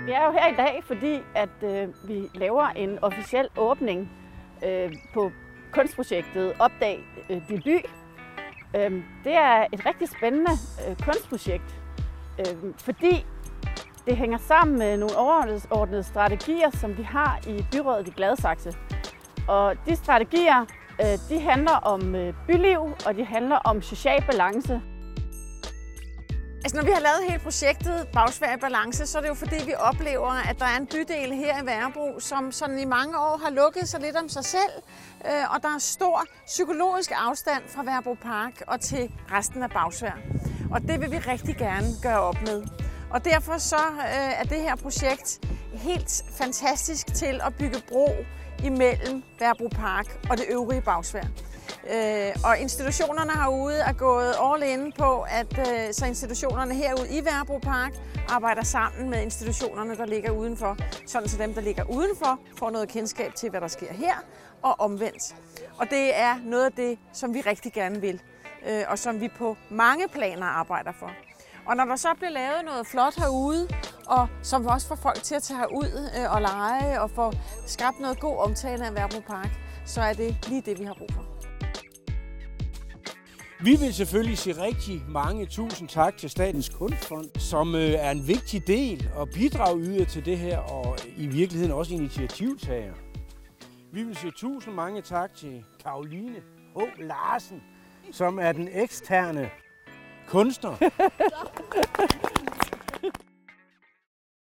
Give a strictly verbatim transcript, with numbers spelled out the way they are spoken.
Vi er jo her i dag, fordi at øh, vi laver en officiel åbning øh, på kunstprojektet Opdag øh, Debut. Øh, det er et rigtig spændende øh, kunstprojekt, øh, fordi det hænger sammen med nogle overordnede strategier, som vi har i byrådet i Gladsaxe. Og de strategier øh, de handler om øh, byliv, og de handler om social balance. Altså, når vi har lavet hele projektet Bagsværd i Balance, så er det jo fordi, vi oplever, at der er en bydel her i Værebro, som sådan i mange år har lukket sig lidt om sig selv, øh, og der er stor psykologisk afstand fra Værebro Park og til resten af Bagsværd. Og det vil vi rigtig gerne gøre op med. Og derfor så øh, er det her projekt helt fantastisk til at bygge bro imellem Værebro Park og det øvrige Bagsværd. Øh, og institutionerne herude er gået all in på, at øh, så institutionerne herude i Værebro Park arbejder sammen med institutionerne, der ligger udenfor, sådan så dem, der ligger udenfor, får noget kendskab til, hvad der sker her, og omvendt. Og det er noget af det, som vi rigtig gerne vil, øh, og som vi på mange planer arbejder for. Og når der så bliver lavet noget flot herude, og som også får folk til at tage herud øh, og lege og få skabt noget god omtale af Værebro Park, så er det lige det, vi har brug for. Vi vil selvfølgelig sige rigtig mange tusind tak til Statens Kunstfond, som er en vigtig del og bidragyder til det her, og i virkeligheden også initiativtager. Vi vil sige tusind mange tak til Caroline H. Larsen, som er den eksterne kunstner.